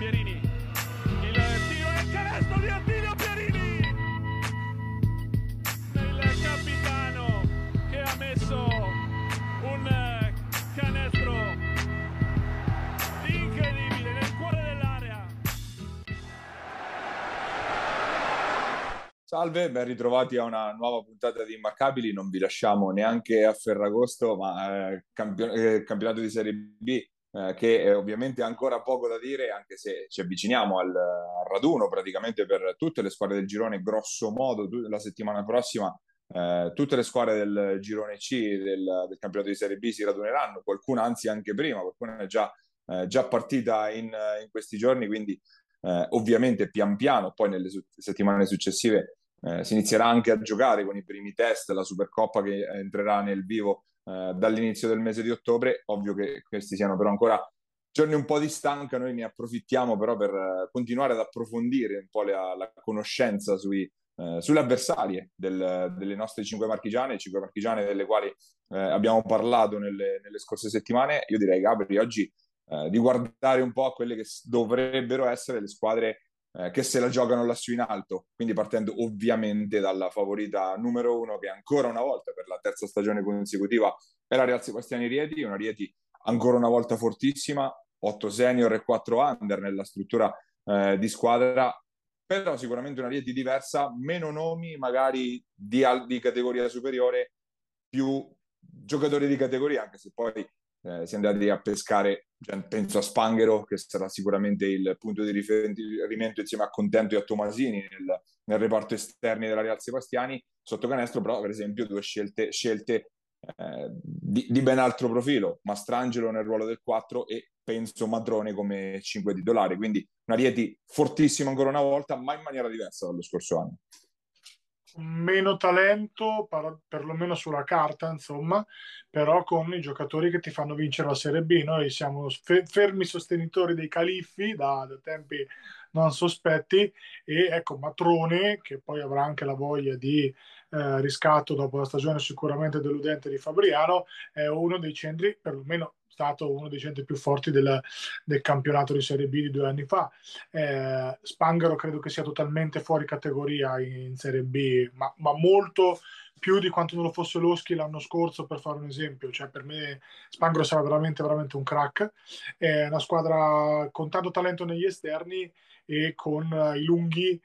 Pierini, il tiro e il canestro di Attilio Pierini, il capitano che ha messo un canestro incredibile nel cuore dell'area. Salve, ben ritrovati a una nuova puntata di Immarcabili. Non vi lasciamo neanche a Ferragosto, ma campionato di Serie B, che ovviamente ha ancora poco da dire, anche se ci avviciniamo al raduno praticamente per tutte le squadre del girone, grosso modo, la settimana prossima. Tutte le squadre del girone C del campionato di Serie B si raduneranno, qualcuna anzi anche prima, qualcuna è già partita in questi giorni, quindi ovviamente pian piano, poi nelle settimane successive si inizierà anche a giocare con i primi test, la Supercoppa che entrerà nel vivo dall'inizio del mese di ottobre. Ovvio che questi siano però ancora giorni un po' di stanca, noi ne approfittiamo però per continuare ad approfondire un po' la conoscenza sulle avversarie delle nostre cinque marchigiane delle quali abbiamo parlato nelle scorse settimane. Io direi, Gabri, oggi di guardare un po' a quelle che dovrebbero essere le squadre che se la giocano lassù in alto, quindi partendo ovviamente dalla favorita numero uno, che ancora una volta per la terza stagione consecutiva è la Real Sebastiani Rieti, una Rieti ancora una volta fortissima, 8 senior e 4 under nella struttura di squadra, però sicuramente una Rieti diversa, meno nomi magari di categoria superiore, più giocatori di categoria, anche se poi si è andati a pescare, cioè, penso a Spanghero, che sarà sicuramente il punto di riferimento insieme a Contento e a Tomasini nel reparto esterni della Real Sebastiani. Sotto canestro però, per esempio, due scelte di ben altro profilo: Mastrangelo nel ruolo del 4 e penso Madrone come 5 titolari, quindi una Rieti fortissima ancora una volta, ma in maniera diversa dallo scorso anno. Meno talento, perlomeno sulla carta, insomma, però con i giocatori che ti fanno vincere la Serie B. Noi siamo fermi sostenitori dei Califfi da tempi non sospetti, e ecco Matrone, che poi avrà anche la voglia di riscatto dopo la stagione sicuramente deludente di Fabriano, è uno dei centri, perlomeno stato uno dei centri più forti del campionato di Serie B di 2 anni fa. Spanghero credo che sia totalmente fuori categoria in Serie B, ma molto più di quanto non lo fosse Loschi l'anno scorso, per fare un esempio. Cioè, per me Spanghero sarà veramente, veramente un crack. È una squadra con tanto talento negli esterni e con i lunghi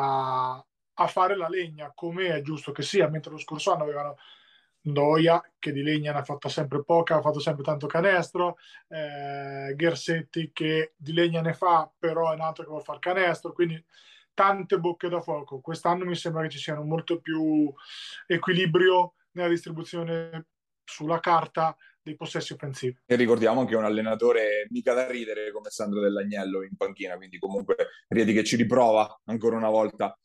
a fare la legna, come è giusto che sia, mentre lo scorso anno avevano Ndoia, che di legna ne ha fatta sempre poca, ha fatto sempre tanto canestro, Ghersetti che di legna ne fa, però è un altro che vuole fare canestro, quindi tante bocche da fuoco. Quest'anno mi sembra che ci siano molto più equilibrio nella distribuzione sulla carta dei possessi offensivi. E ricordiamo anche un allenatore mica da ridere come Sandro Dell'Agnello in panchina, quindi comunque Rieti che ci riprova ancora una volta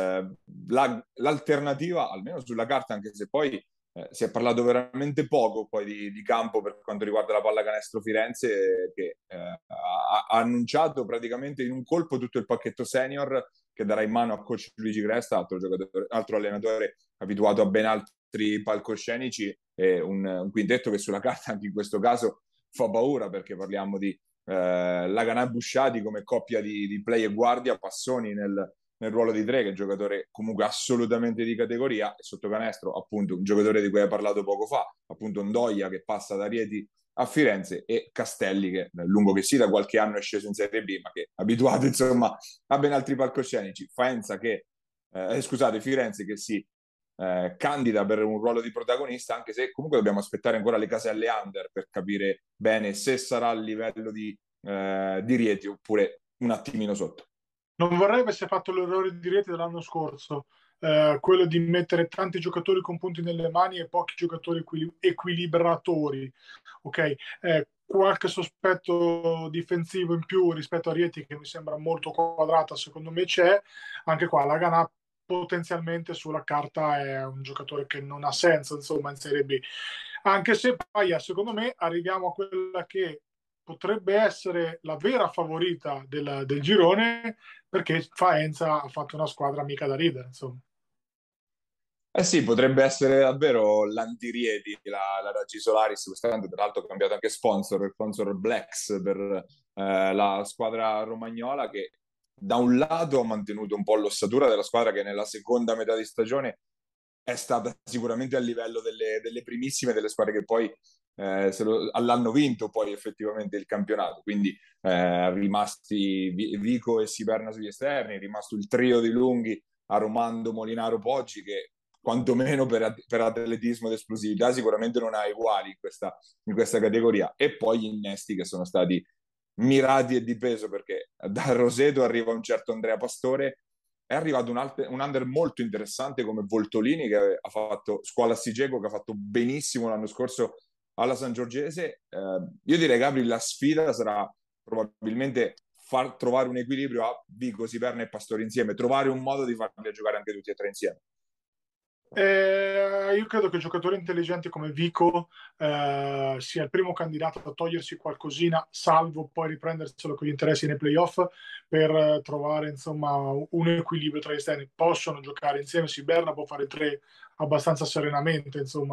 l'alternativa, almeno sulla carta, anche se poi si è parlato veramente poco poi di campo per quanto riguarda la pallacanestro Firenze, che ha annunciato praticamente in un colpo tutto il pacchetto senior che darà in mano a coach Luigi Cresta, altro allenatore abituato a ben altri palcoscenici, e un quintetto che sulla carta anche in questo caso fa paura, perché parliamo di Laganà e Busciati come coppia di play e guardia, Passoni nel ruolo di 3, che è un giocatore comunque assolutamente di categoria, e sotto canestro appunto un giocatore di cui hai parlato poco fa, appunto Ndoia, che passa da Rieti a Firenze, e Castelli, che lungo che sia da qualche anno è sceso in Serie B, ma che è abituato insomma a ben altri palcoscenici. Firenze che si candida per un ruolo di protagonista, anche se comunque dobbiamo aspettare ancora le caselle under per capire bene se sarà a livello di Rieti oppure un attimino sotto. Non vorrei avesse fatto l'errore di Rieti dell'anno scorso, quello di mettere tanti giocatori con punti nelle mani e pochi giocatori equilibratori. Ok? Qualche sospetto difensivo in più rispetto a Rieti, che mi sembra molto quadrata, secondo me c'è. Anche qua la Ganà potenzialmente sulla carta è un giocatore che non ha senso, insomma, in Serie B. Anche se poi, secondo me, arriviamo a quella che potrebbe essere la vera favorita del girone, perché Faenza ha fatto una squadra mica da ridere, insomma. Eh sì, potrebbe essere davvero l'antirieti, la Raggi Solaris. Quest'anno tra l'altro ha cambiato anche sponsor, il sponsor Blacks per la squadra romagnola, che da un lato ha mantenuto un po' l'ossatura della squadra che nella seconda metà di stagione è stata sicuramente a livello delle primissime, delle squadre che poi l'hanno vinto poi effettivamente il campionato, quindi rimasti Vico e Siberna sugli esterni, è rimasto il trio di lunghi Aromando, Molinaro, Poggi, che quantomeno per atletismo ed esplosività sicuramente non ha uguali in questa categoria, e poi gli innesti che sono stati mirati e di peso, perché da Roseto arriva un certo Andrea Pastore, è arrivato un under molto interessante come Voltolini, che ha fatto scuola Sigeco, che ha fatto benissimo l'anno scorso alla San Giorgese. Io direi, Gabri, la sfida sarà probabilmente far trovare un equilibrio a Vico, Siberna e Pastore insieme, trovare un modo di farli giocare anche tutti e tre insieme. Io credo che un giocatore intelligente come Vico sia il primo candidato a togliersi qualcosina, salvo poi riprenderselo con gli interessi nei playoff, per trovare insomma un equilibrio tra gli esterni. Possono giocare insieme, Siberna può fare tre abbastanza serenamente, insomma,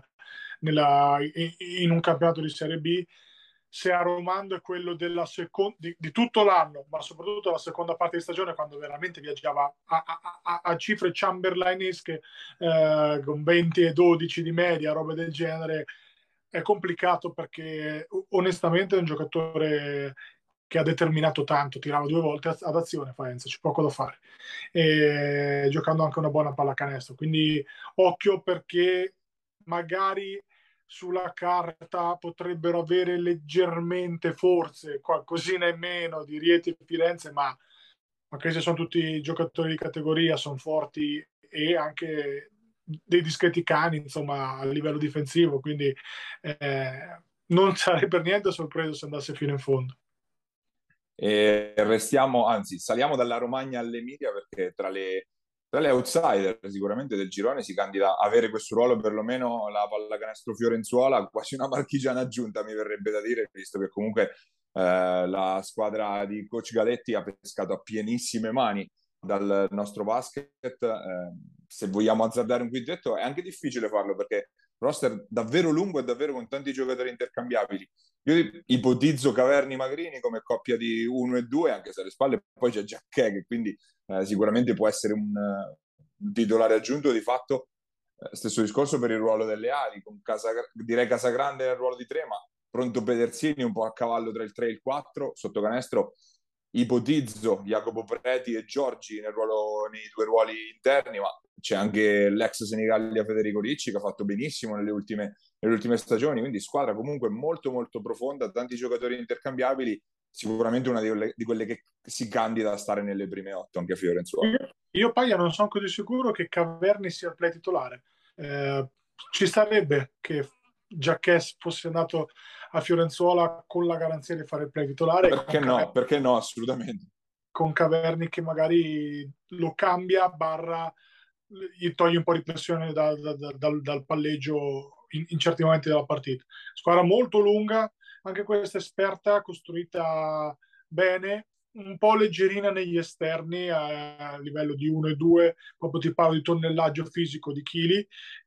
in un campionato di Serie B. Se Aromando è quello di tutto l'anno, ma soprattutto la seconda parte di stagione, quando veramente viaggiava a cifre Chamberlainesche, con 20 e 12 di media, robe del genere, è complicato, perché onestamente è un giocatore che ha determinato tanto, tirava 2 volte ad azione Faenza, c'è poco da fare, e giocando anche una buona pallacanestro, quindi occhio, perché magari sulla carta potrebbero avere leggermente, forse qualcosina in meno di Rieti e Firenze, ma questi sono tutti giocatori di categoria, sono forti e anche dei discreti cani, insomma, a livello difensivo, quindi non sarei per niente sorpreso se andasse fino in fondo. E restiamo, anzi, saliamo dalla Romagna all'Emilia, perché tra le outsider sicuramente del girone si candida a avere questo ruolo perlomeno la pallacanestro Fiorenzuola, quasi una marchigiana aggiunta mi verrebbe da dire, visto che comunque la squadra di Coach Galetti ha pescato a pienissime mani dal nostro basket. Se vogliamo azzardare un quintetto è anche difficile farlo, perché roster davvero lungo e davvero con tanti giocatori intercambiabili. Io ipotizzo Caverni Magrini come coppia di 1 e 2, anche se alle spalle poi c'è Giacchè, che quindi sicuramente può essere un titolare aggiunto di fatto. Stesso discorso per il ruolo delle ali, con direi Casagrande nel ruolo di 3, ma pronto Pedersini un po' a cavallo tra il 3 e il 4, sotto canestro ipotizzo Jacopo Preti e Giorgi nei due ruoli interni, ma c'è anche l'ex Senigallia Federico Ricci, che ha fatto benissimo nelle ultime stagioni, quindi squadra comunque molto molto profonda, tanti giocatori intercambiabili, sicuramente una di quelle che si candida a stare nelle prime 8 anche a Fiorenzuola. Io Paglia non sono così sicuro che Caverni sia il play titolare. Ci starebbe che Giacchè fosse andato a Fiorenzuola con la garanzia di fare il play titolare, Perché no? Perché no? Assolutamente. con Caverni che magari lo cambia, barra gli toglie un po' di pressione dal palleggio in certi momenti della partita. Squadra molto lunga, anche questa esperta, costruita bene, un po' leggerina negli esterni a livello di 1 e 2, proprio ti parlo di tonnellaggio fisico di chili,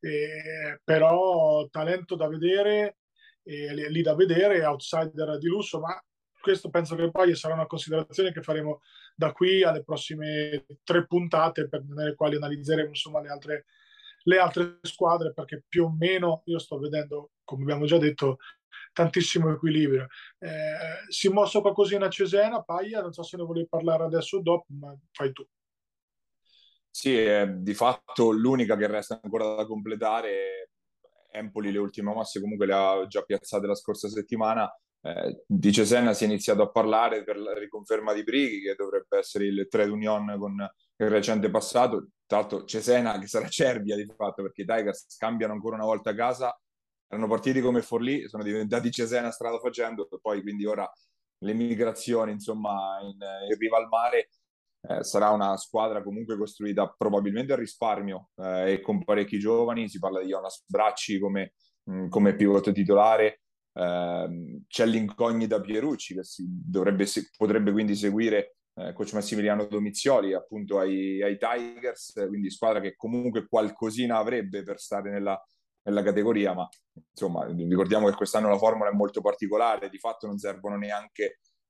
però talento da vedere, lì da vedere, outsider di lusso, ma questo penso che poi sarà una considerazione che faremo da qui alle prossime 3 puntate, nelle quali analizzeremo insomma le altre squadre, perché più o meno io sto vedendo, come abbiamo già detto, tantissimo equilibrio. Si è mosso qualcosina a Cesena, Paglia, non so se ne volevi parlare adesso o dopo, ma fai tu. Sì, è di fatto l'unica che resta ancora da completare. Empoli le ultime mosse comunque le ha già piazzate la scorsa settimana. Di Cesena si è iniziato a parlare per la riconferma di Brighi, che dovrebbe essere il trade union con il recente passato. Tra l'altro Cesena che sarà Cervia di fatto, perché i Tigers cambiano ancora una volta casa. Erano partiti come Forlì, sono diventati Cesena strada facendo, e poi quindi ora le migrazioni insomma in riva al mare. Sarà una squadra comunque costruita probabilmente a risparmio e con parecchi giovani. Si parla di Jonas Bracci come pivot titolare. C'è l'incognita Pierucci, che potrebbe quindi seguire coach Massimiliano Domizioli appunto ai Tigers, quindi squadra che comunque qualcosina avrebbe per stare nella categoria, ma insomma ricordiamo che quest'anno la formula è molto particolare, di fatto non servono neanche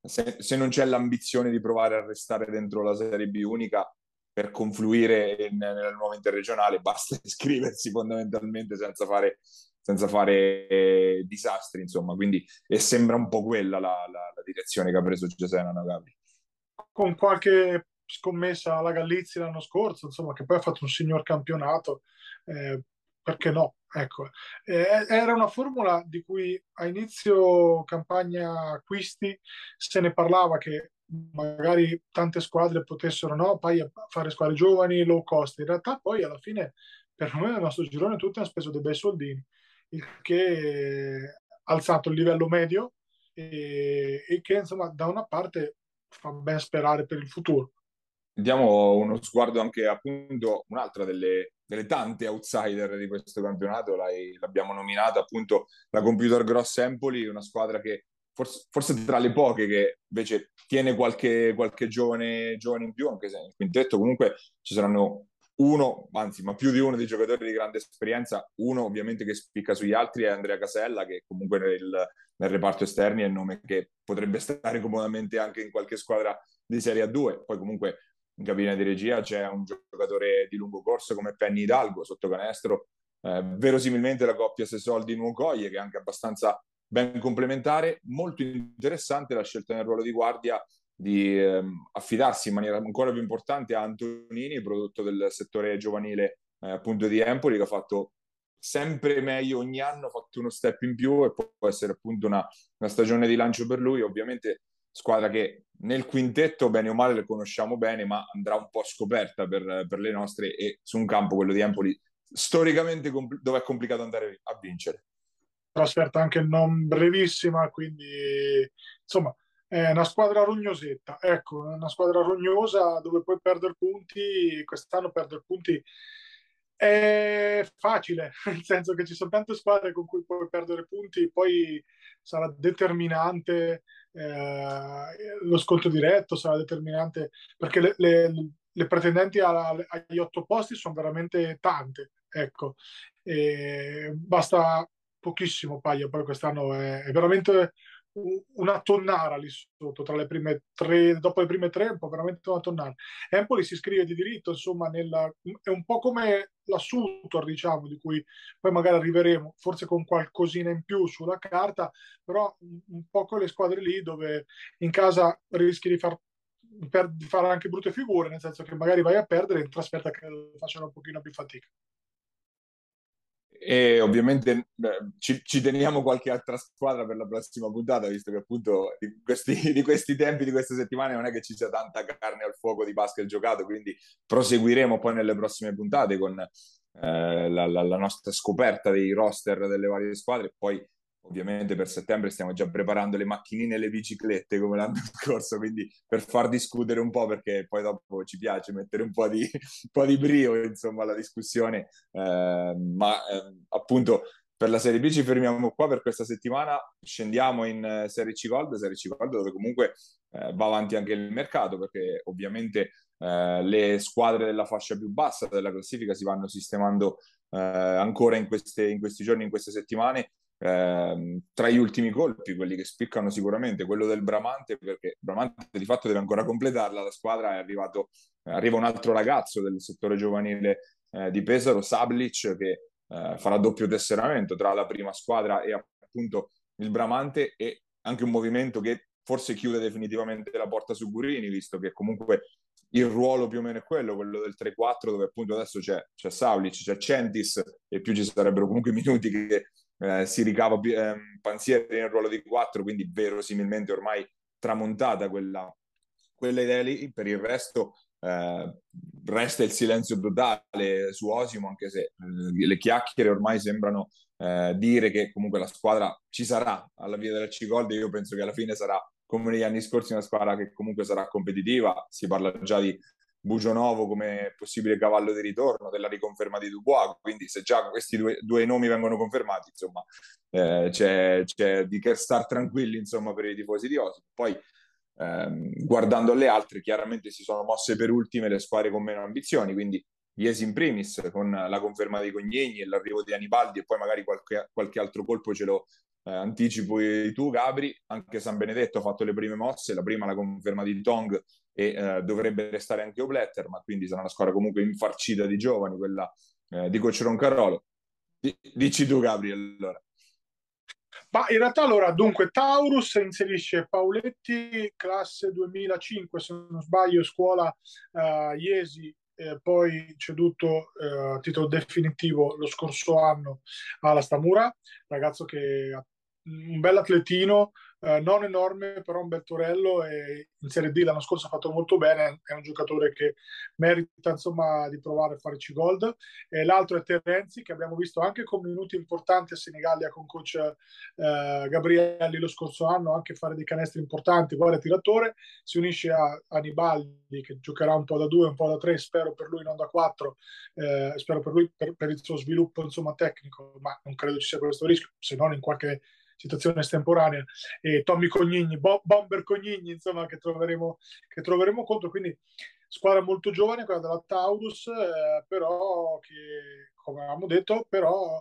se non c'è l'ambizione di provare a restare dentro la Serie B unica per confluire nella nuova interregionale, basta iscriversi fondamentalmente senza fare disastri, insomma. Quindi, e sembra un po' quella la direzione che ha preso Cesena, no, Gabri? Con qualche scommessa alla Galizia l'anno scorso, insomma, che poi ha fatto un signor campionato, perché no? Ecco, era una formula di cui a inizio campagna acquisti se ne parlava che magari tante squadre potessero no, poi fare squadre giovani, low cost. In realtà poi alla fine, per noi nel nostro girone tutti hanno speso dei bei soldini, il che ha alzato il livello medio e che insomma da una parte fa ben sperare per il futuro. Diamo uno sguardo anche appunto un'altra delle tante outsider di questo campionato, l'abbiamo nominata appunto la Computer Gross Empoli, una squadra che forse tra le poche che invece tiene qualche giovane in più, anche se nel quintetto comunque ci saranno uno, anzi ma più di uno dei giocatori di grande esperienza, uno ovviamente che spicca sugli altri è Andrea Casella, che comunque nel reparto esterni è il nome che potrebbe stare comodamente anche in qualche squadra di Serie A2, poi comunque in cabina di regia c'è un giocatore di lungo corso come Penny Hidalgo sotto canestro, verosimilmente la coppia Sesoldi Nuocoie che è anche abbastanza ben complementare. Molto interessante la scelta nel ruolo di guardia di affidarsi in maniera ancora più importante a Antonini, prodotto del settore giovanile appunto di Empoli, che ha fatto sempre meglio ogni anno, ha fatto uno step in più e può essere appunto una stagione di lancio per lui. Ovviamente squadra che nel quintetto bene o male le conosciamo bene, ma andrà un po' scoperta per le nostre, e su un campo, quello di Empoli, storicamente dove è complicato andare a vincere. Trasferta anche non brevissima, quindi insomma è una squadra rognosetta, ecco, una squadra rognosa dove puoi perdere punti, quest'anno perdere punti è facile, nel senso che ci sono tante squadre con cui puoi perdere punti, poi sarà determinante lo scontro diretto, sarà determinante perché le pretendenti agli 8 posti sono veramente tante, ecco. E basta pochissimo Paglia, poi quest'anno è veramente una tonnara lì sotto, tra le prime tre, dopo le prime tre, è un po' veramente una tonnara. Empoli si iscrive di diritto, insomma, è un po' come la Sutor, diciamo, di cui poi magari arriveremo, forse con qualcosina in più sulla carta, però un po' con le squadre lì dove in casa rischi di fare anche brutte figure, nel senso che magari vai a perdere in trasferta che facciano un pochino più fatica. E ovviamente ci teniamo qualche altra squadra per la prossima puntata, visto che appunto di questi tempi, di queste settimane, non è che ci sia tanta carne al fuoco di basket giocato, quindi proseguiremo poi nelle prossime puntate con la nostra scoperta dei roster delle varie squadre. Poi ovviamente per settembre stiamo già preparando le macchinine e le biciclette come l'anno scorso, quindi per far discutere un po', perché poi dopo ci piace mettere un po' di brio insomma alla discussione, appunto per la Serie B ci fermiamo qua per questa settimana, scendiamo in Serie C Gold dove comunque va avanti anche il mercato, perché ovviamente le squadre della fascia più bassa della classifica si vanno sistemando ancora in questi giorni, in queste settimane. Tra gli ultimi colpi, quelli che spiccano sicuramente, quello del Bramante, perché Bramante di fatto deve ancora completarla, la squadra arriva un altro ragazzo del settore giovanile di Pesaro, Sablic, che farà doppio tesseramento tra la prima squadra e appunto il Bramante, e anche un movimento che forse chiude definitivamente la porta su Gurini, visto che comunque il ruolo più o meno è quello del 3-4, dove appunto adesso c'è Sablic, c'è Centis, e più ci sarebbero comunque minuti che si ricava Panzieri nel ruolo di 4, quindi verosimilmente ormai tramontata quella idea lì. Per il resto resta il silenzio totale su Osimo, anche se le chiacchiere ormai sembrano dire che comunque la squadra ci sarà alla via della C-Gold, e io penso che alla fine sarà, come negli anni scorsi, una squadra che comunque sarà competitiva. Si parla già di Bugionovo come possibile cavallo di ritorno, della riconferma di Dubois, quindi se già questi due nomi vengono confermati, insomma, c'è di che star tranquilli, insomma, per i tifosi di Osimo. Poi guardando alle altre, chiaramente si sono mosse per ultime le squadre con meno ambizioni, quindi Iesi in primis con la conferma dei Cognegni e l'arrivo di Anibaldi, e poi magari qualche altro colpo anticipo tu, Gabri. Anche San Benedetto ha fatto le prime mosse, la prima la conferma di Tong e dovrebbe restare anche Obletter, ma quindi sarà una squadra comunque infarcita di giovani, quella di Coach Roncarolo. Dici tu, Gabri, allora. Ma in realtà allora, dunque, Taurus inserisce Pauletti, classe 2005, se non sbaglio, scuola Iesi, poi ceduto a titolo definitivo lo scorso anno alla Stamura, ragazzo che ha un bel atletino, non enorme, però un bel torello e in Serie D l'anno scorso ha fatto molto bene, è un giocatore che merita insomma di provare a fare C-Gold. E l'altro è Terenzi, che abbiamo visto anche con minuti importanti a Senigallia con coach Gabrielli lo scorso anno, anche fare dei canestri importanti, buon tiratore, si unisce a Nibaldi che giocherà un po' da 2, un po' da 3, spero per lui non da 4, spero per lui per il suo sviluppo insomma tecnico, ma non credo ci sia questo rischio, se non in qualche situazione estemporanea, e Tommy Cognigni, Bomber Cognigni, insomma, che troveremo contro, quindi squadra molto giovane, quella della Taurus, però che, come avevamo detto, però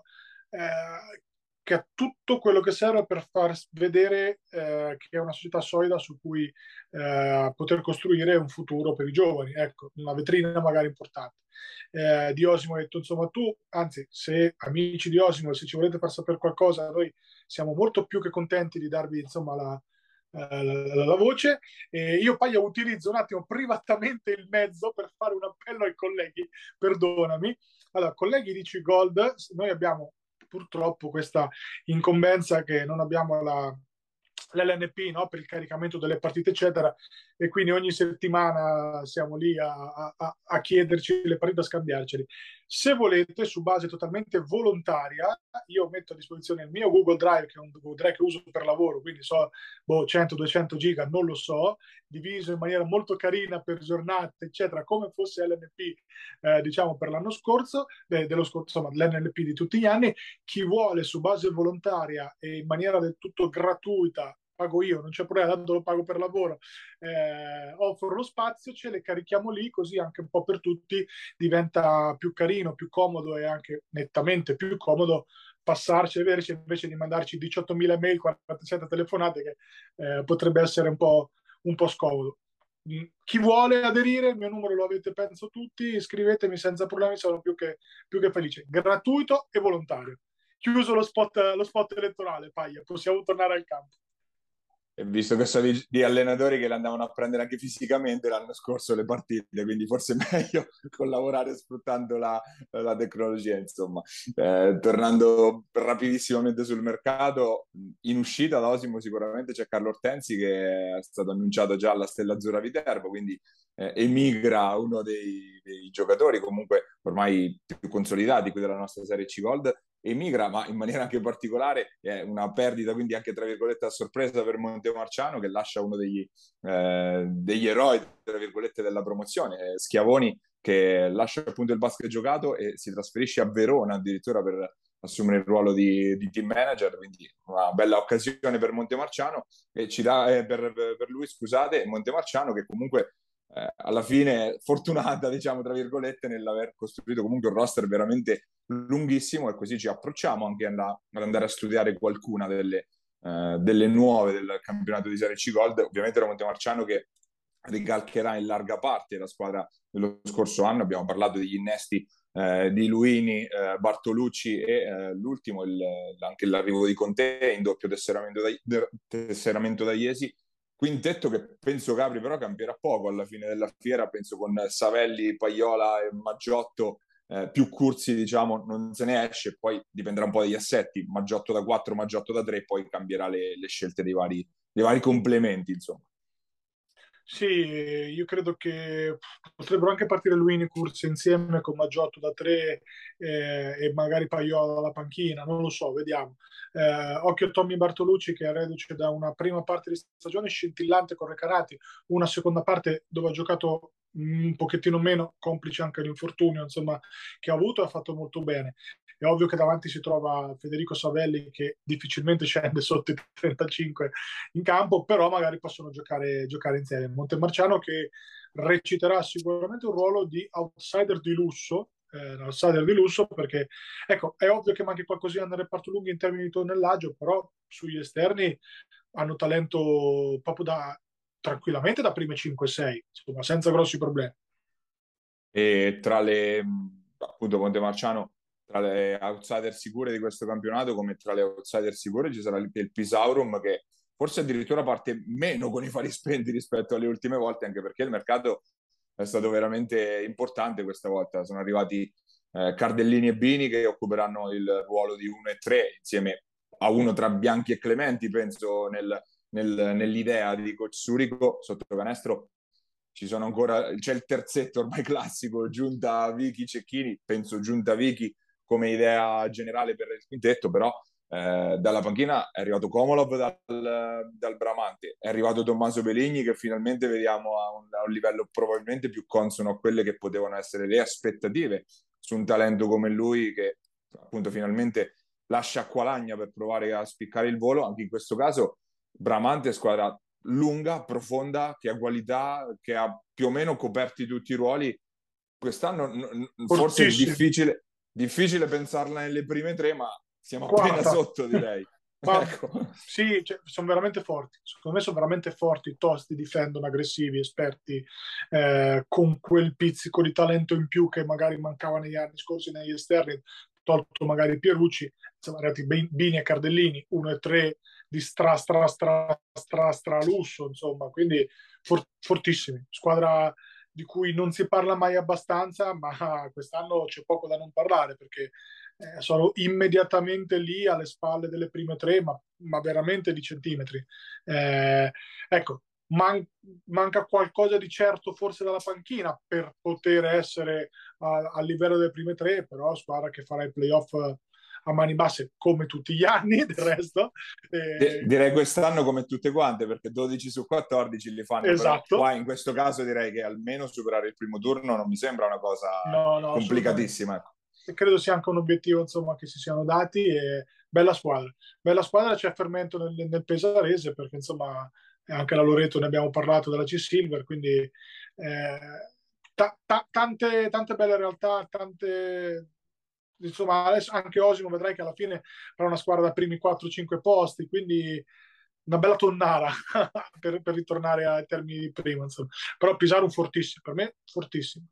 che ha tutto quello che serve per far vedere che è una società solida su cui poter costruire un futuro per i giovani, ecco, una vetrina magari importante. Di Osimo ha detto, insomma, tu, anzi, se amici di Osimo, se ci volete far sapere qualcosa, noi siamo molto più che contenti di darvi, insomma, la voce. Io poi utilizzo un attimo privatamente il mezzo per fare un appello ai colleghi, perdonami. Allora, colleghi di C-Gold, noi abbiamo purtroppo questa incombenza che non abbiamo l'LNP, no? Per il caricamento delle partite eccetera, e quindi ogni settimana siamo lì a chiederci le partite, a scambiarceli. Se volete, su base totalmente volontaria, io metto a disposizione il mio Google Drive, che è un Google Drive che uso per lavoro, quindi so 100-200 giga, non lo so, diviso in maniera molto carina per giornate eccetera, come fosse l'NP diciamo per l'anno scorso, dello scorso, insomma l'NLP di tutti gli anni. Chi vuole su base volontaria e in maniera del tutto gratuita, pago io, non c'è problema, tanto lo pago per lavoro, offro lo spazio, ce le carichiamo lì, così anche un po' per tutti diventa più carino, più comodo e anche nettamente più comodo passarci e vederci invece di mandarci 18.000 mail, 47 telefonate, che potrebbe essere un po' scomodo. Chi vuole aderire, il mio numero lo avete penso tutti, iscrivetemi senza problemi, sono più che felice. Gratuito e volontario. Chiuso lo spot elettorale, Paglia, possiamo tornare al campo. E visto che so di allenatori che le andavano a prendere anche fisicamente l'anno scorso le partite, quindi forse è meglio collaborare sfruttando la tecnologia, insomma. Tornando rapidissimamente sul mercato, in uscita da Osimo sicuramente c'è Carlo Ortensi, che è stato annunciato già alla Stella Azzurra Viterbo, quindi emigra uno dei giocatori comunque ormai più consolidati qui della nostra Serie C Gold, emigra, ma in maniera anche particolare è una perdita, quindi anche tra virgolette a sorpresa per Montemarciano, che lascia uno degli eroi tra virgolette della promozione, Schiavoni, che lascia appunto il basket giocato e si trasferisce a Verona addirittura per assumere il ruolo di team manager, quindi una bella occasione per Montemarciano e ci dà per lui, scusate, Montemarciano, che comunque alla fine fortunata, diciamo, tra virgolette, nell'aver costruito comunque un roster veramente lunghissimo, e così ci approcciamo anche ad andare a studiare qualcuna delle nuove del campionato di Serie C Gold. Ovviamente la Montemarciano che ricalcherà in larga parte la squadra dello scorso anno. Abbiamo parlato degli innesti di Luini, Bartolucci e l'ultimo, anche l'arrivo di Conte in doppio tesseramento da Iesi. Quintetto che penso, Capri, però cambierà poco alla fine della fiera, penso con Savelli, Paiola e Maggiotto, più Curzi, diciamo, non se ne esce, poi dipenderà un po' dagli assetti, Maggiotto da 4, Maggiotto da 3, poi cambierà le scelte dei vari complementi, insomma. Sì, io credo che potrebbero anche partire Luini Curzi insieme con Maggiotto da 3 e magari Paiola alla panchina, non lo so, vediamo. Occhio a Tommy Bartolucci che è reduce da una prima parte di stagione scintillante con Recarati, una seconda parte dove ha giocato un pochettino meno, complice anche l'infortunio insomma, che ha avuto, ha fatto molto bene. È ovvio che davanti si trova Federico Savelli che difficilmente scende sotto i 35 in campo, però magari possono giocare insieme. Montemarciano che reciterà sicuramente un ruolo di outsider di lusso, outsider di lusso, perché ecco, è ovvio che manchi qualcosina nel reparto lunghi in termini di tonnellaggio, però sugli esterni hanno talento proprio tranquillamente da prime 5-6, insomma, senza grossi problemi. E appunto Conte Marciano, tra le outsider sicure di questo campionato, come tra le outsider sicure ci sarà il Pisaurum, che forse addirittura parte meno con i fari spenti rispetto alle ultime volte, anche perché il mercato è stato veramente importante questa volta. Sono arrivati Cardellini e Bini, che occuperanno il ruolo di 1 e 3 insieme a uno tra Bianchi e Clementi, penso nell'idea di Coach Surico sotto canestro. C'è il terzetto ormai classico, Giunta Vichi Cecchini, penso Giunta Vichi come idea generale per il quintetto, però dalla panchina è arrivato Komolov dal Bramante, è arrivato Tommaso Peligni, che finalmente vediamo a un livello probabilmente più consono a quelle che potevano essere le aspettative su un talento come lui, che appunto finalmente lascia acqualagna per provare a spiccare il volo. Anche in questo caso Bramante è squadra lunga, profonda, che ha qualità, che ha più o meno coperti tutti i ruoli. Quest'anno forse è Fortissimo. difficile pensarla nelle prime tre, ma siamo appena Quarta. sotto, direi. Ma Ecco. sì, cioè, sono veramente forti. Secondo me sono veramente forti, tosti, difendono, aggressivi, esperti, con quel pizzico di talento in più che magari mancava negli anni scorsi negli esterni, tolto magari Pierucci, insomma, arrivati Bini e Cardellini, 1 e 3 di stra lusso, insomma, quindi fortissimi. Squadra di cui non si parla mai abbastanza, ma quest'anno c'è poco da non parlare, perché sono immediatamente lì alle spalle delle prime tre, ma veramente di centimetri. Ecco, manca qualcosa di certo forse dalla panchina per poter essere a livello delle prime tre, però squadra che farà i playoff a mani basse come tutti gli anni del resto. Direi quest'anno come tutte quante, perché 12 su 14 li fanno, però Esatto. qua in questo caso direi che almeno superare il primo turno non mi sembra una cosa No, no, assolutamente. complicatissima. Ecco. E credo sia anche un obiettivo, insomma, che si siano dati. E bella squadra. Bella squadra, c'è fermento nel pesarese, perché insomma anche la Loreto ne abbiamo parlato, della C-Silver, quindi tante belle realtà, tante insomma adesso anche Osimo vedrai che alla fine era una squadra da primi 4-5 posti, quindi una bella tonnara per ritornare ai termini di prima, insomma. Però Pisaro un fortissimo, per me fortissimo.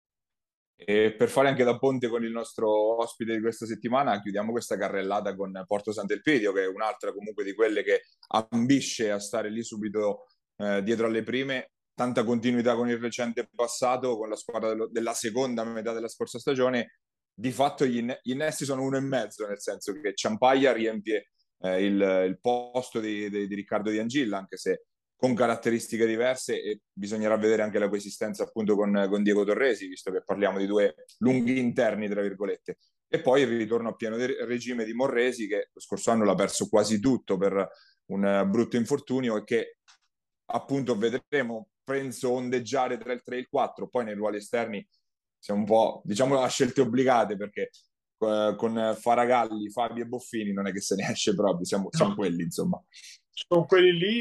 E per fare anche da ponte con il nostro ospite di questa settimana, chiudiamo questa carrellata con Porto Sant'Elpidio, che è un'altra comunque di quelle che ambisce a stare lì subito dietro alle prime. Tanta continuità con il recente passato, con la squadra della seconda metà della scorsa stagione. Di fatto gli innesti sono 1,5, nel senso che Ciampaglia riempie il posto di Riccardo Di Angilla, anche se con caratteristiche diverse, e bisognerà vedere anche la coesistenza appunto con Diego Torresi, visto che parliamo di due lunghi interni, tra virgolette. E poi il ritorno a pieno regime di Morresi, che lo scorso anno l'ha perso quasi tutto per un brutto infortunio e che appunto vedremo, penso, ondeggiare tra il 3 e il 4. Poi nei ruoli esterni siamo un po', diciamo, a scelte obbligate, perché con Faragalli, Fabi e Boffini non è che se ne esce proprio, siamo No, quelli, insomma. sono quelli lì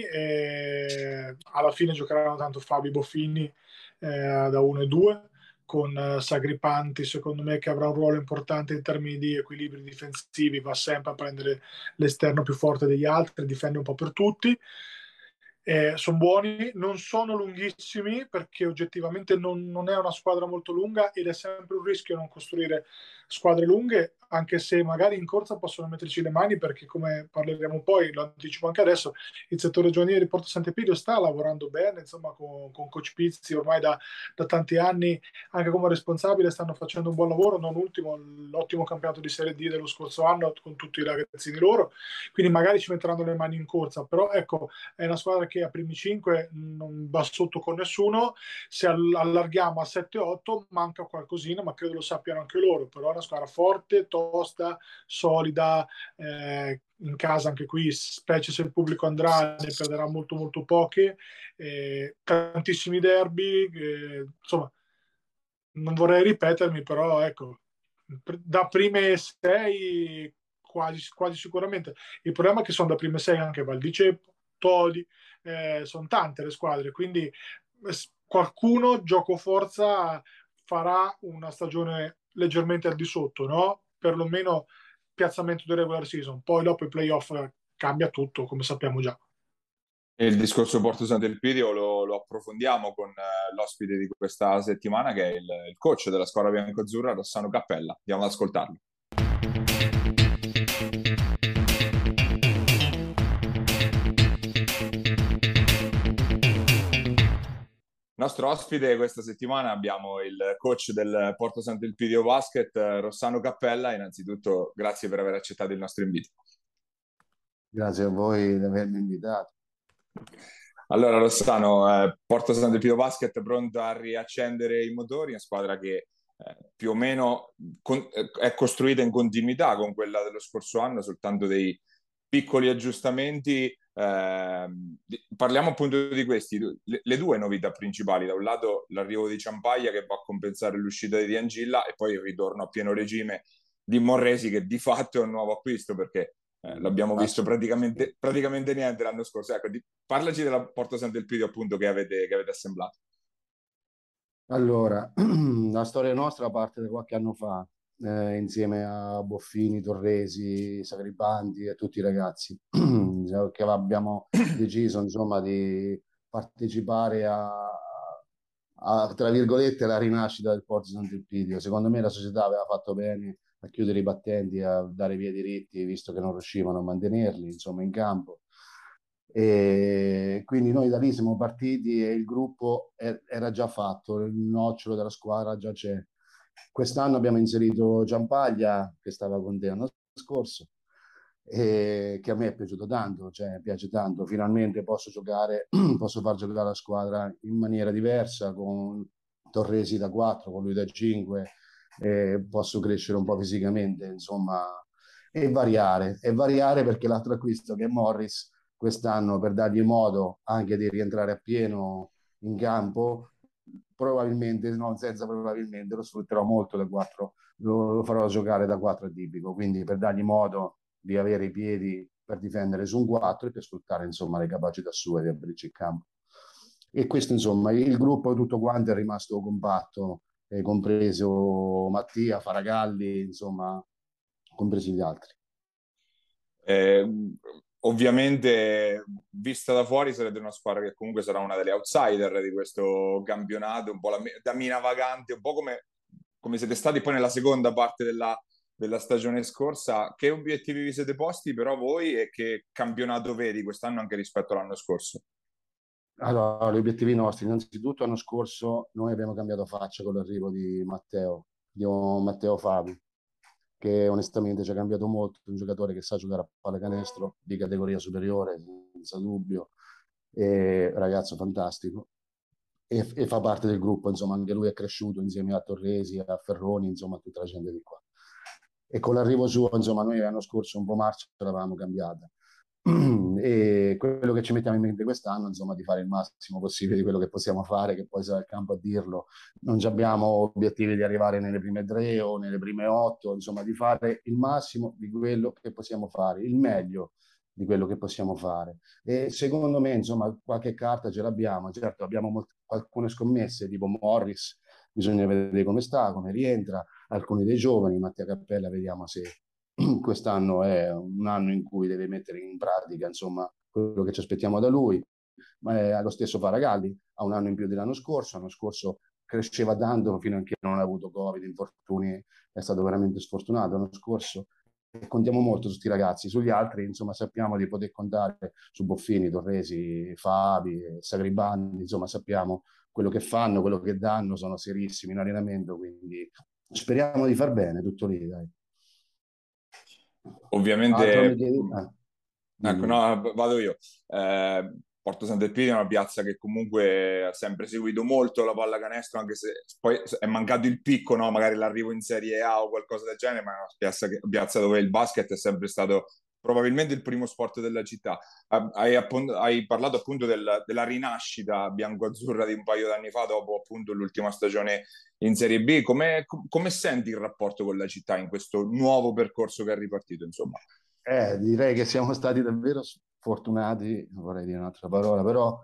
e alla fine giocheranno tanto Fabio Boffini da 1 e 2 con Sagripanti, secondo me, che avrà un ruolo importante in termini di equilibri difensivi, va sempre a prendere l'esterno più forte degli altri, difende un po' per tutti. Sono buoni, non sono lunghissimi, perché oggettivamente non è una squadra molto lunga ed è sempre un rischio non costruire squadre lunghe, anche se magari in corsa possono metterci le mani, perché come parleremo poi, lo anticipo anche adesso, il settore giovanile di Porto Sant'Epidio sta lavorando bene, insomma, con Coach Pizzi ormai da tanti anni, anche come responsabile stanno facendo un buon lavoro, non ultimo l'ottimo campionato di Serie D dello scorso anno con tutti i ragazzini loro, quindi magari ci metteranno le mani in corsa, però ecco, è una squadra che a primi 5 non va sotto con nessuno, se allarghiamo a 7-8 manca qualcosina, ma credo lo sappiano anche loro, però è una squadra forte, tosta, solida, in casa anche qui, specie se il pubblico andrà, ne perderà molto molto poche, tantissimi derby, insomma, non vorrei ripetermi, però ecco, da prime 6 quasi sicuramente. Il problema è che sono da prime 6 anche Valdiceppo, Todi, sono tante le squadre, quindi qualcuno gioco forza farà una stagione leggermente al di sotto, no? Perlomeno piazzamento di regular season. Poi dopo i playoff cambia tutto, come sappiamo già. E il discorso Porto Sant'Elpidio lo approfondiamo con l'ospite di questa settimana, che è il coach della squadra biancoazzurra, Rossano Cappella. Andiamo ad ascoltarlo. Nostro ospite questa settimana abbiamo il coach del Porto Sant'Elpidio Basket, Rossano Cappella. Innanzitutto, grazie per aver accettato il nostro invito. Grazie a voi di avermi invitato. Allora, Rossano, Porto Sant'Elpidio Basket pronto a riaccendere i motori, una squadra che più o meno è costruita in continuità con quella dello scorso anno, soltanto dei piccoli aggiustamenti. Parliamo appunto di questi, le due novità principali: da un lato l'arrivo di Ciampaglia, che va a compensare l'uscita di Angilla, e poi il ritorno a pieno regime di Morresi, che di fatto è un nuovo acquisto, perché l'abbiamo visto praticamente niente l'anno scorso. Ecco, parlaci della Porto Sant'Elpidio, appunto, che avete assemblato. Allora, la storia nostra parte da qualche anno fa, insieme a Boffini, Torresi, Sagribanti e tutti i ragazzi, che abbiamo deciso, insomma, di partecipare tra virgolette, alla rinascita del Porto Sant'Elpidio. Secondo me la società aveva fatto bene a chiudere i battenti, a dare via diritti, visto che non riuscivano a mantenerli, insomma, in campo. E quindi noi da lì siamo partiti e il gruppo era già fatto, il nocciolo della squadra già c'è. Quest'anno abbiamo inserito Ciampaglia, che stava con te l'anno scorso, e che a me è piaciuto tanto, cioè piace tanto. Finalmente posso giocare, posso far giocare la squadra in maniera diversa, con Torresi da 4, con lui da 5, posso crescere un po' fisicamente, insomma, e variare perché l'altro acquisto, che è Morris, quest'anno, per dargli modo anche di rientrare a pieno in campo, probabilmente, non senza probabilmente, lo sfrutterò molto da 4, lo farò giocare da 4 atipico, quindi per dargli modo di avere i piedi per difendere su un 4 e per sfruttare, insomma, le capacità sue di aprirci il campo. E questo, insomma, il gruppo tutto quanto è rimasto compatto, compreso Mattia, Faragalli, insomma, compresi gli altri. Eh, Ovviamente, vista da fuori, sarete una squadra che comunque sarà una delle outsider di questo campionato, un po' da mina vagante, un po' come siete stati poi nella seconda parte della stagione scorsa. Che obiettivi vi siete posti però voi, e che campionato vedi quest'anno anche rispetto all'anno scorso? Allora, gli obiettivi nostri, innanzitutto l'anno scorso noi abbiamo cambiato faccia con l'arrivo di Matteo Fabi, che onestamente ci ha cambiato molto, un giocatore che sa giocare a pallacanestro di categoria superiore, senza dubbio, e ragazzo fantastico, e fa parte del gruppo, insomma, anche lui è cresciuto insieme a Torresi, a Ferroni, insomma, a tutta la gente di qua. E con l'arrivo suo, insomma, noi l'anno scorso un po' marcia l'avevamo cambiata. E quello che ci mettiamo in mente quest'anno, insomma, di fare il massimo possibile di quello che possiamo fare, che poi sarà il campo a dirlo. Non abbiamo obiettivi di arrivare nelle prime 3 o nelle prime 8, insomma, di fare il massimo di quello che possiamo fare, il meglio di quello che possiamo fare. E secondo me, insomma, qualche carta ce l'abbiamo. Certo, abbiamo alcune scommesse, tipo Morris, bisogna vedere come sta, come rientra, alcuni dei giovani, Mattia Cappella, vediamo se quest'anno è un anno in cui deve mettere in pratica, insomma, quello che ci aspettiamo da lui. Ma è lo stesso Faragalli, ha un anno in più dell'anno scorso. L'anno scorso cresceva tanto fino a che non ha avuto Covid, infortuni, è stato veramente sfortunato l'anno scorso. E contiamo molto su questi ragazzi. Sugli altri, insomma, sappiamo di poter contare su Boffini, Torresi, Fabi, Sagribandi, insomma, sappiamo quello che fanno, quello che danno, sono serissimi in allenamento, quindi speriamo di far bene, tutto lì, dai. Ovviamente, ecco, Dimmi. no, vado io. Porto Sant'Elpidio è una piazza che comunque ha sempre seguito molto la pallacanestro, anche se poi è mancato il picco, no? Magari l'arrivo in Serie A o qualcosa del genere, ma è una piazza dove il basket è sempre stato probabilmente il primo sport della città. Hai parlato appunto della rinascita bianco-azzurra di un paio d'anni fa, dopo appunto l'ultima stagione in Serie B. Come senti il rapporto con la città in questo nuovo percorso che è ripartito, insomma? Direi che siamo stati davvero fortunati, non vorrei dire un'altra parola, però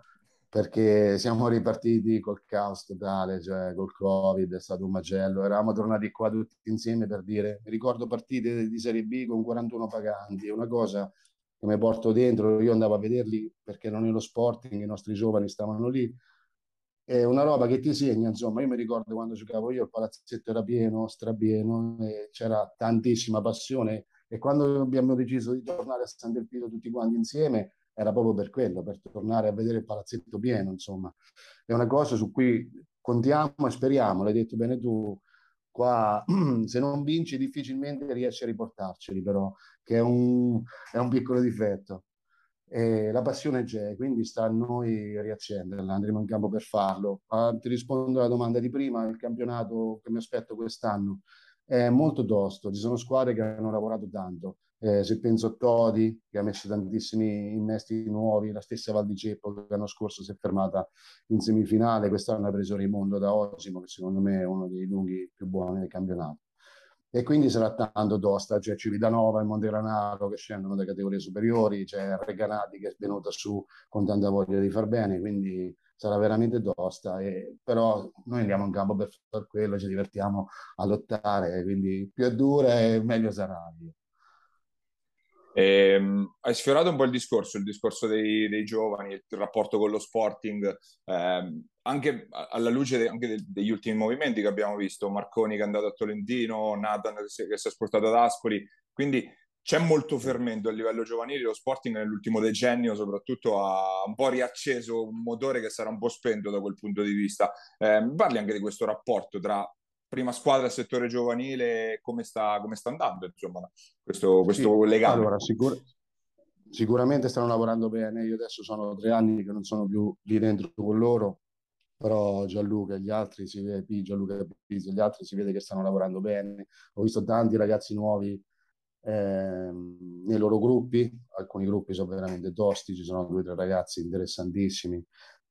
perché siamo ripartiti col caos totale, cioè col Covid, è stato un macello. Eravamo tornati qua tutti insieme per dire, mi ricordo partite di Serie B con 41 paganti, è una cosa che mi porto dentro, io andavo a vederli perché erano nello Sporting, i nostri giovani stavano lì, è una roba che ti segna, insomma. Io mi ricordo quando giocavo io, il palazzetto era pieno, strapieno, e c'era tantissima passione, e quando abbiamo deciso di tornare a San Del Pino tutti quanti insieme, era proprio per quello, per tornare a vedere il palazzetto pieno, insomma. È una cosa su cui contiamo e speriamo, l'hai detto bene tu, qua se non vinci difficilmente riesci a riportarceli, però, che è un piccolo difetto. La passione c'è, quindi sta a noi riaccenderla, andremo in campo per farlo. Ti rispondo alla domanda di prima, il campionato che mi aspetto quest'anno è molto tosto, ci sono squadre che hanno lavorato tanto. Se penso a Todi, che ha messo tantissimi innesti nuovi, la stessa Val di Ceppo che l'anno scorso si è fermata in semifinale, quest'anno ha preso Raimondo da Osimo, che secondo me è uno dei lunghi più buoni del campionato. E quindi sarà tanto tosta, c'è Civitanova e Montegranaro che scendono da categorie superiori, c'è Recanati che è venuta su con tanta voglia di far bene, quindi sarà veramente tosta, però noi andiamo in campo per fare quello, ci divertiamo a lottare, quindi più è dura e meglio sarà. Hai sfiorato un po' il discorso dei giovani, il rapporto con lo Sporting, anche alla luce anche degli ultimi movimenti che abbiamo visto, Marconi che è andato a Tolentino, Nathan che si è spostato ad Ascoli, quindi c'è molto fermento a livello giovanile. Lo Sporting nell'ultimo decennio soprattutto ha un po' riacceso un motore che sarà un po' spento da quel punto di vista. Mi parli anche di questo rapporto tra prima squadra e settore giovanile, come sta andando, insomma, Sì, questo legame? allora sicuramente stanno lavorando bene. Io adesso sono 3 anni che non sono più lì dentro con loro, però Gianluca e gli altri si vede, Gianluca e Pizzi e gli altri si vede che stanno lavorando bene. Ho visto tanti ragazzi nuovi nei loro gruppi, alcuni gruppi sono veramente tosti, ci sono 2 o 3 ragazzi interessantissimi.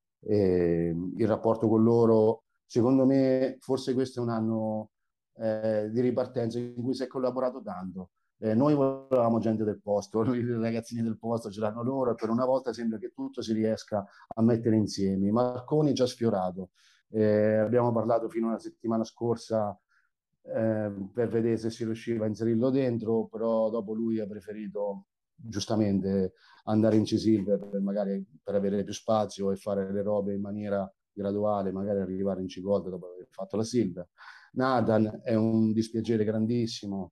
Il rapporto con loro, secondo me, forse questo è un anno di ripartenza in cui si è collaborato tanto. Noi volevamo gente del posto, i ragazzini del posto ce l'hanno loro, e per una volta sembra che tutto si riesca a mettere insieme. Marconi ci ha sfiorato. Abbiamo parlato fino alla settimana scorsa per vedere se si riusciva a inserirlo dentro, però dopo lui ha preferito giustamente andare in C-Silver magari per avere più spazio e fare le robe in maniera graduale, magari arrivare in C-Gold dopo aver fatto la Silver. Nathan è un dispiacere grandissimo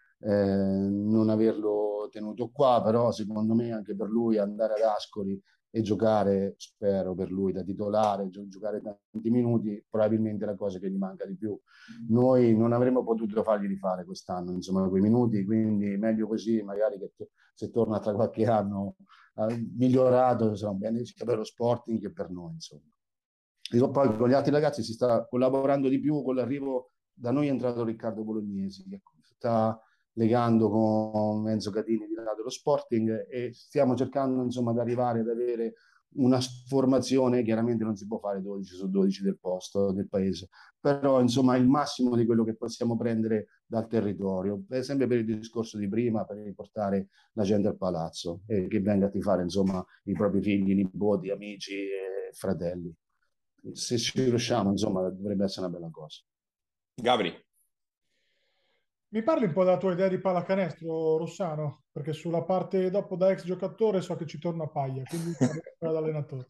non averlo tenuto qua, però secondo me anche per lui andare ad Ascoli e giocare, spero per lui da titolare, giocare tanti minuti, probabilmente è la cosa che gli manca di più. Noi non avremmo potuto fargli rifare quest'anno, insomma, quei minuti, quindi meglio così, magari che se torna tra qualche anno migliorato, sarà un bene sia per lo Sporting che per noi, insomma. E poi con gli altri ragazzi si sta collaborando di più, con l'arrivo da noi è entrato Riccardo Bolognesi, che sta legando con Enzo Catini di là dello Sporting, e stiamo cercando insomma di arrivare ad avere una formazione. Chiaramente non si può fare 12 su 12 del posto del paese, però insomma il massimo di quello che possiamo prendere dal territorio, sempre per il discorso di prima, per riportare la gente al palazzo e che venga a tifare insomma i propri figli, nipoti, amici e fratelli. Se ci riusciamo insomma dovrebbe essere una bella cosa. Gabri. Mi parli un po' della tua idea di pallacanestro, Rossano? Perché sulla parte dopo da ex giocatore so che ci torna paglia, quindi da allenatore.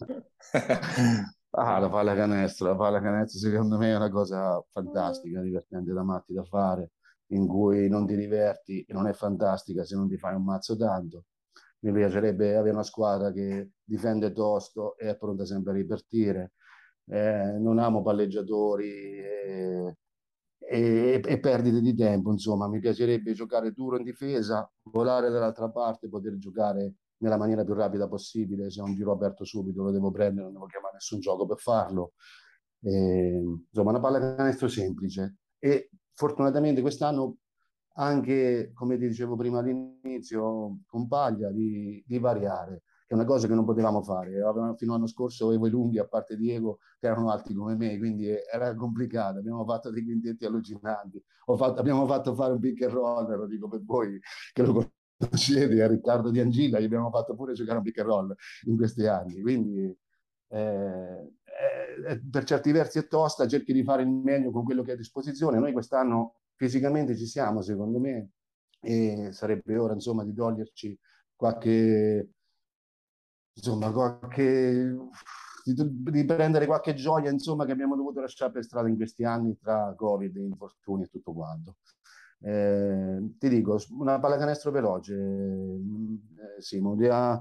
La pallacanestro secondo me è una cosa fantastica, divertente da matti da fare, in cui non ti diverti e non è fantastica se non ti fai un mazzo tanto. Mi piacerebbe avere una squadra che difende tosto e è pronta sempre a ripartire. Non amo palleggiatori e perdite di tempo, insomma. Mi piacerebbe giocare duro in difesa, volare dall'altra parte, poter giocare nella maniera più rapida possibile. Se ho un giro aperto subito lo devo prendere, non devo chiamare nessun gioco per farlo. Insomma, una pallacanestro semplice. E fortunatamente quest'anno anche, come ti dicevo prima all'inizio, con Paglia, di variare, che è una cosa che non potevamo fare. Fino all'anno scorso avevo i lunghi, a parte Diego, che erano alti come me, quindi era complicato. Abbiamo fatto dei quintetti allucinanti. Abbiamo fatto fare un pick and roll, lo dico per voi che lo conoscete, a Riccardo Di Angilla, gli abbiamo fatto pure giocare un pick and roll in questi anni. Quindi per certi versi è tosta, cerchi di fare il meglio con quello che hai a disposizione. Noi quest'anno fisicamente ci siamo, secondo me, e sarebbe ora, insomma, di toglierci qualche, insomma, di prendere qualche gioia, insomma, che abbiamo dovuto lasciare per strada in questi anni tra Covid, infortuni e tutto quanto. Ti dico, una pallacanestro veloce, Simo,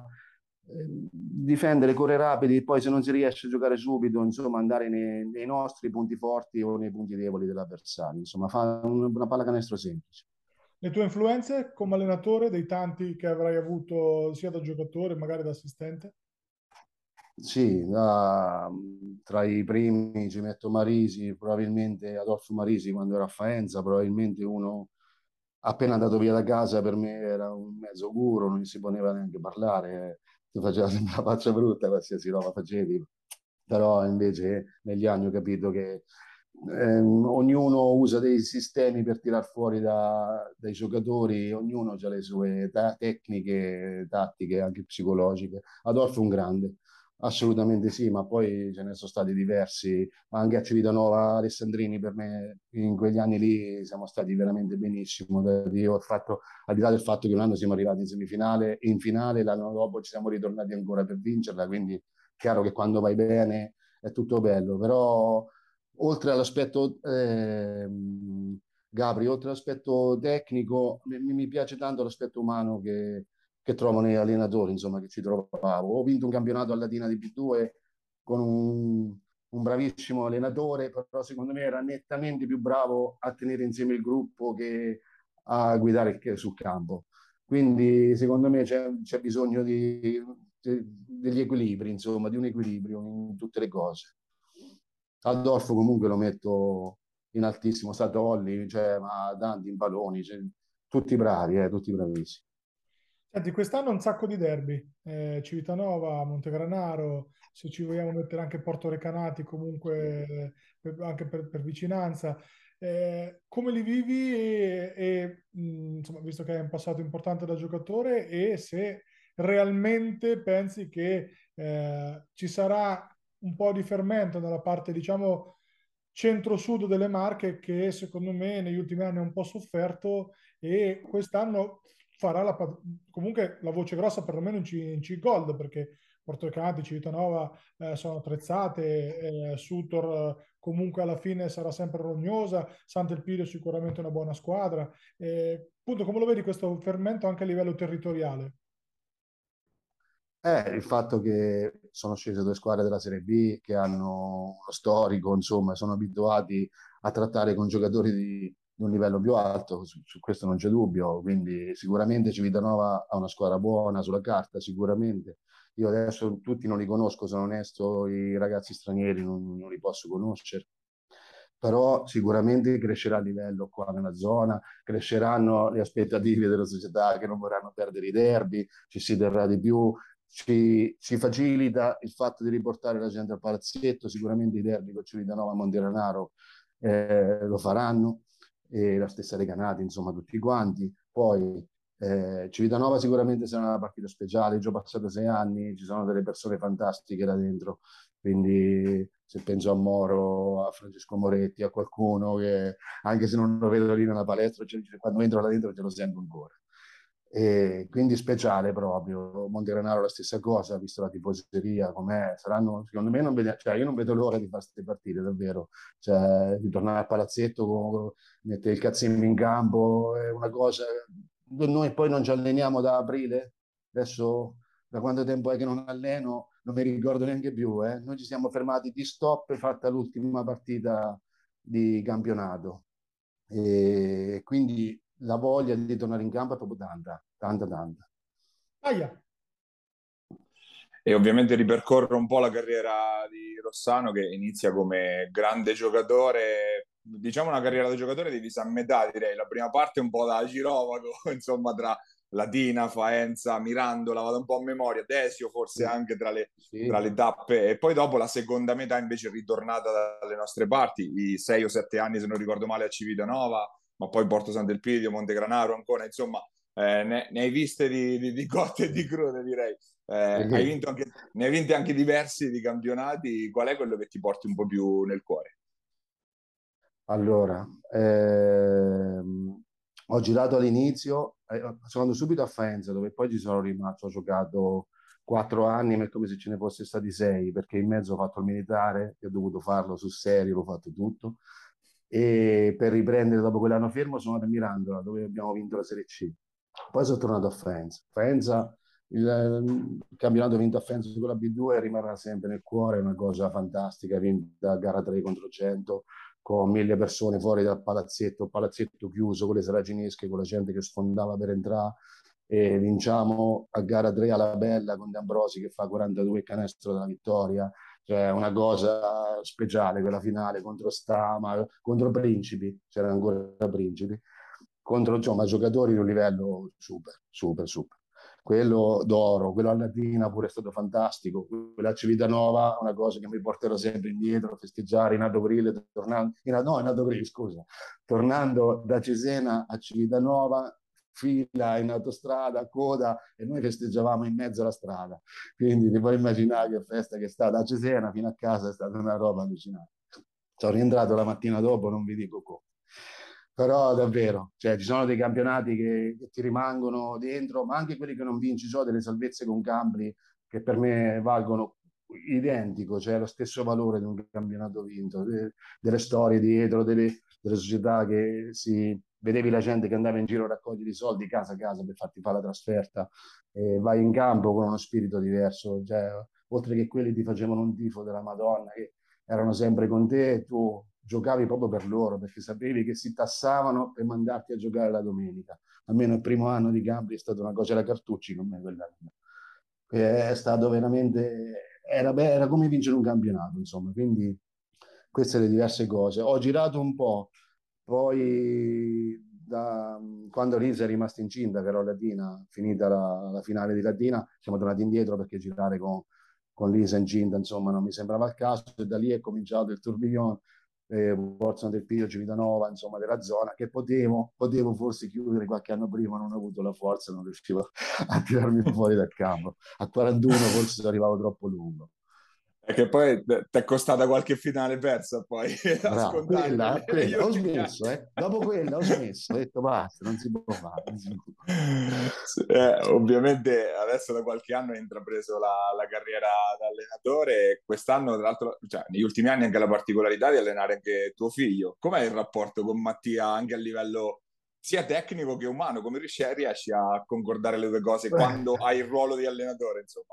difendere, correre rapidi, poi se non si riesce a giocare subito, insomma, andare nei nostri punti forti o nei punti deboli dell'avversario, insomma, fa una pallacanestro semplice. Le tue influenze come allenatore, dei tanti che avrai avuto sia da giocatore, magari da assistente? Sì, tra i primi ci metto Marisi, probabilmente Adolfo Marisi quando era a Faenza, probabilmente uno appena andato via da casa per me era un mezzo guru, non si poteva neanche parlare, ti faceva sempre la faccia brutta qualsiasi roba facevi, però invece negli anni ho capito che ognuno usa dei sistemi per tirar fuori dai giocatori, ognuno ha le sue tecniche, tattiche, anche psicologiche. Adolfo è un grande. Assolutamente sì, ma poi ce ne sono stati diversi, anche a Civitanova, Alessandrini per me in quegli anni lì siamo stati veramente benissimo. Io ho fatto, al di là del fatto che un anno siamo arrivati in semifinale e in finale, l'anno dopo ci siamo ritornati ancora per vincerla, quindi chiaro che quando vai bene è tutto bello, però oltre all'aspetto Gabri, oltre all'aspetto tecnico, mi piace tanto l'aspetto umano che trovo negli allenatori, insomma, che ci trovavo. Ho vinto un campionato a Latina di B2 con un bravissimo allenatore, però secondo me era nettamente più bravo a tenere insieme il gruppo che a guidare sul campo. Quindi secondo me c'è bisogno degli equilibri, insomma, di un equilibrio in tutte le cose. Adolfo comunque lo metto in altissimo, Satolli, cioè, ma tanti impalloni, cioè, tutti bravi, tutti bravissimi. Senti, quest'anno un sacco di derby, Civitanova, Montegranaro, se ci vogliamo mettere anche Porto Recanati, comunque anche per vicinanza. Come li vivi insomma, visto che hai un passato importante da giocatore e se realmente pensi che ci sarà un po' di fermento nella parte, diciamo, centro-sud delle Marche che secondo me negli ultimi anni ha un po' sofferto e quest'anno farà comunque la voce grossa perlomeno in C-Gold perché Porto Recanati, Civitanova sono attrezzate, Sutor comunque alla fine sarà sempre rognosa, Sant'Elpidio sicuramente una buona squadra. Appunto, come lo vedi questo fermento anche a livello territoriale? Il fatto che sono scese due squadre della Serie B che hanno uno storico, insomma, sono abituati a trattare con giocatori di un livello più alto, su questo non c'è dubbio, quindi sicuramente Civitanova ha una squadra buona sulla carta, sicuramente. Io adesso tutti non li conosco, sono onesto, i ragazzi stranieri non li posso conoscere, però sicuramente crescerà il livello qua nella zona, cresceranno le aspettative della società che non vorranno perdere i derby, ci si terrà di più, ci facilita il fatto di riportare la gente al palazzetto, sicuramente i derby con Civitanova e Monteranaro lo faranno, e la stessa Recanati, insomma tutti quanti. Poi Civitanova sicuramente sarà una partita speciale, già passato 6 anni, ci sono delle persone fantastiche là dentro, quindi se penso a Moro, a Francesco Moretti, a qualcuno che anche se non lo vedo lì nella palestra, quando entro là dentro ce lo sento ancora. E quindi speciale proprio. Montegranaro la stessa cosa, visto la tifoseria com'è, saranno, secondo me, cioè, io non vedo l'ora di fare queste partite, davvero. Cioè, di tornare al palazzetto, mettere il cazzimmo in campo, è una cosa. Noi poi non ci alleniamo da aprile, adesso da quanto tempo è che non alleno, non mi ricordo neanche più. Noi ci siamo fermati di stop fatta l'ultima partita di campionato. E quindi la voglia di tornare in campo è proprio tanta, tanta, tanta. Aia. E ovviamente ripercorro un po' la carriera di Rossano che inizia come grande giocatore, diciamo una carriera da giocatore divisa a metà, direi. La prima parte un po' da Girovago, insomma, tra Latina, Faenza, Mirandola, vado un po' a memoria, Desio forse anche tra le Sì. tappe, e poi dopo la seconda metà invece ritornata dalle nostre parti, i 6 o 7 anni se non ricordo male a Civitanova, ma poi Porto Sant'Elpidio, Montegranaro ancora, insomma, ne hai viste di cotte e di crude, direi. Ne hai vinti anche diversi di campionati. Qual è quello che ti porti un po' più nel cuore? Allora, ho girato all'inizio, sono andato subito a Faenza, dove poi ci sono rimasto, ho giocato 4 anni, ma è come se ce ne fosse stati 6, perché in mezzo ho fatto il militare, e ho dovuto farlo sul serio, l'ho fatto tutto, e per riprendere dopo quell'anno fermo sono andato a Mirandola, dove abbiamo vinto la Serie C. Poi sono tornato a Faenza. Faenza, il campionato vinto a Faenza con la B2 rimarrà sempre nel cuore, è una cosa fantastica, vinta a gara 3 contro 100, con 1000 persone fuori dal palazzetto chiuso, con le saracinesche, con la gente che sfondava per entrare, e vinciamo a gara 3 alla Bella con De Ambrosi che fa 42 canestro della vittoria, cioè una cosa speciale quella finale contro Stama, contro Principi, c'erano ancora Principi, contro insomma giocatori di un livello super, super, super. Quello d'oro, quello a Latina pure è stato fantastico, quella a Civitanova, una cosa che mi porterò sempre indietro, festeggiare in Adogrile, scusa, tornando da Cesena a Civitanova, fila in autostrada, coda, e noi festeggiavamo in mezzo alla strada. Quindi ti puoi immaginare che festa che è stata a Cesena fino a casa, è stata una roba allucinante. Sono rientrato la mattina dopo, non vi dico come. Però davvero, cioè, ci sono dei campionati che ti rimangono dentro, ma anche quelli che non vinci, so delle salvezze con Campli che per me valgono identico, cioè lo stesso valore di un campionato vinto, delle storie dietro, delle società che si vedevi la gente che andava in giro a raccogliere i soldi casa a casa per farti fare la trasferta, e vai in campo con uno spirito diverso, cioè, oltre che quelli ti facevano un tifo della Madonna, che erano sempre con te e tu giocavi proprio per loro, perché sapevi che si tassavano per mandarti a giocare la domenica. Almeno il primo anno di Gambri è stata una cosa, era Cartucci con me quell'anno. È stato veramente, era come vincere un campionato, insomma, quindi queste le diverse cose. Ho girato un po', poi quando Lisa è rimasta incinta, che ero a Latina, finita la finale di Latina, siamo tornati indietro perché girare con Lisa incinta, insomma, non mi sembrava il caso, e da lì è cominciato il tourbillon, Portsmouth del Pio, Civitanova, insomma, della zona, che potevo forse chiudere qualche anno prima, non ho avuto la forza, non riuscivo a tirarmi fuori dal campo. A 41 forse arrivavo troppo lungo. E che poi ti è costata qualche finale persa poi a Bravo, scontare quella, negli ho ultimi smesso, anni. Dopo quella ho smesso, ho detto basta, non si può fare. Sì, ovviamente adesso da qualche anno hai intrapreso la carriera da allenatore e quest'anno, tra l'altro, cioè, negli ultimi anni anche la particolarità di allenare anche tuo figlio. Com'è il rapporto con Mattia anche a livello sia tecnico che umano? Come riesci a concordare le due cose quando hai il ruolo di allenatore, insomma?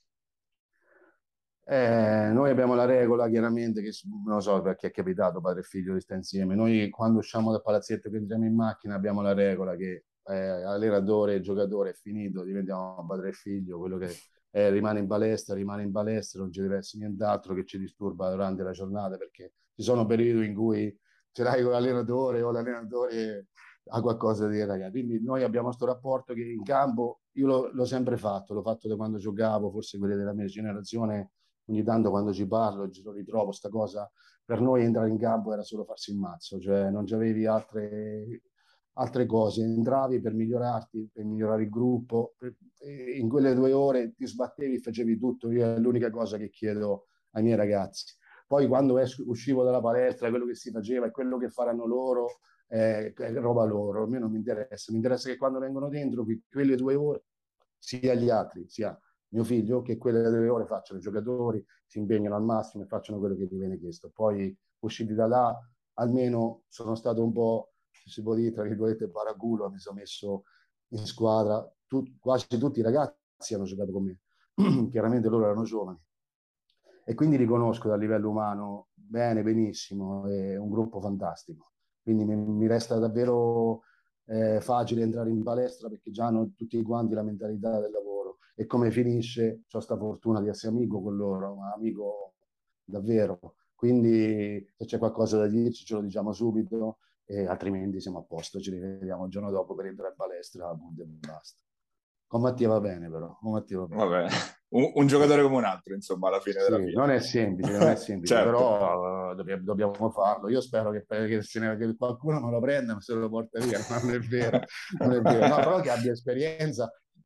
Noi abbiamo la regola, chiaramente, che non lo so perché è capitato padre e figlio di stare insieme. Noi quando usciamo dal palazzetto che entriamo in macchina abbiamo la regola che allenatore e giocatore è finito, diventiamo padre e figlio, quello che rimane in palestra, non ci deve essere nient'altro che ci disturba durante la giornata, perché ci sono periodi in cui ce l'hai con l'allenatore o l'allenatore ha qualcosa di ragazzi. Quindi noi abbiamo questo rapporto che in campo, io l'ho sempre fatto, l'ho fatto da quando giocavo, forse quelli della mia generazione. Ogni tanto quando ci parlo, ci ritrovo sta cosa. Per noi entrare in campo era solo farsi il mazzo, cioè non avevi altre cose, entravi per migliorarti, per migliorare il gruppo, in quelle 2 ore ti sbattevi e facevi tutto. Io è l'unica cosa che chiedo ai miei ragazzi. Poi quando uscivo dalla palestra, quello che si faceva e quello che faranno loro è roba loro, a me non mi interessa, mi interessa che quando vengono dentro quelle 2 ore, sia gli altri, sia mio figlio, che quelle 2 ore facciano i giocatori, si impegnano al massimo e facciano quello che gli viene chiesto. Poi usciti da là, almeno sono stato un po', se si può dire, tra virgolette, paraculo, mi sono messo in squadra, quasi tutti i ragazzi hanno giocato con me, chiaramente loro erano giovani, e quindi riconosco dal livello umano bene, benissimo, è un gruppo fantastico. Quindi mi resta davvero facile entrare in palestra perché già hanno tutti quanti la mentalità del lavoro, e come finisce, ho sta fortuna di essere amico con loro, ma amico davvero. Quindi se c'è qualcosa da dirci ce lo diciamo subito, e altrimenti siamo a posto, ci rivediamo il giorno dopo per entrare in palestra, appunto, e basta. Con Mattia va bene, però. Con Mattia va bene. Vabbè, un giocatore come un altro, insomma, alla fine della Sì, fiera. non è semplice, non è semplice, Certo. però dobbiamo farlo. Io spero che qualcuno me lo prenda e se lo porta via, non è vero, non è vero. No, però che abbia esperienza,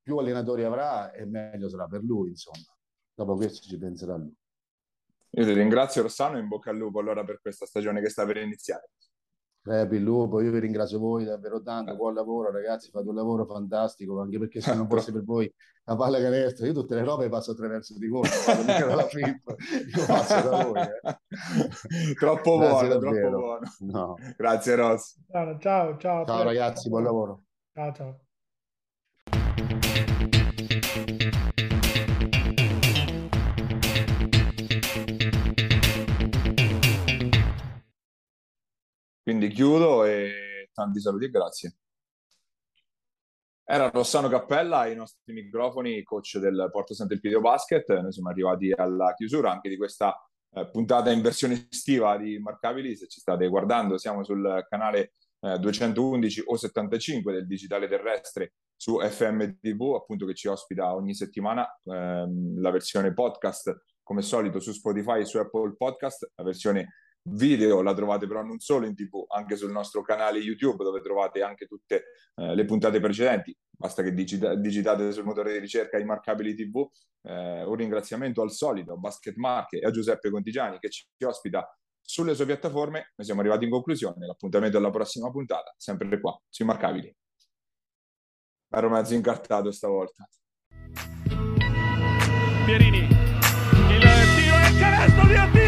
più allenatori avrà e meglio sarà per lui, insomma. Dopo questo ci penserà lui. Io ti ringrazio Rossano e in bocca al lupo allora per questa stagione che sta per iniziare. Il lupo, io vi ringrazio voi davvero tanto, buon lavoro ragazzi, fate un lavoro fantastico, anche perché se non fosse per voi la pallacanestro, io tutte le robe passo attraverso di voi, io passo da voi. Troppo Grazie buono, davvero. troppo buono. No. Grazie Ross. Ciao. Ciao ragazzi, buon lavoro. Ciao. Quindi chiudo e tanti saluti e grazie. Era Rossano Cappella ai nostri microfoni, coach del Porto Sant'Elpidio Basket. Noi siamo arrivati alla chiusura anche di questa puntata in versione estiva di Immarcabili. Se ci state guardando, siamo sul canale 211 o 75 del digitale terrestre su FM TV, appunto, che ci ospita ogni settimana. La versione podcast, come solito, su Spotify e su Apple Podcast. La versione video la trovate però non solo in TV, anche sul nostro canale YouTube, dove trovate anche tutte le puntate precedenti. Basta che digitate sul motore di ricerca Immarcabili TV. Un ringraziamento al solito a Basket Marche e a Giuseppe Contigiani che ci ospita sulle sue piattaforme. Noi siamo arrivati in conclusione, l'appuntamento è alla prossima puntata, sempre qua su Immarcabili. Ero mezzo incartato stavolta. Pierini, il tiro e il canestro di Attila.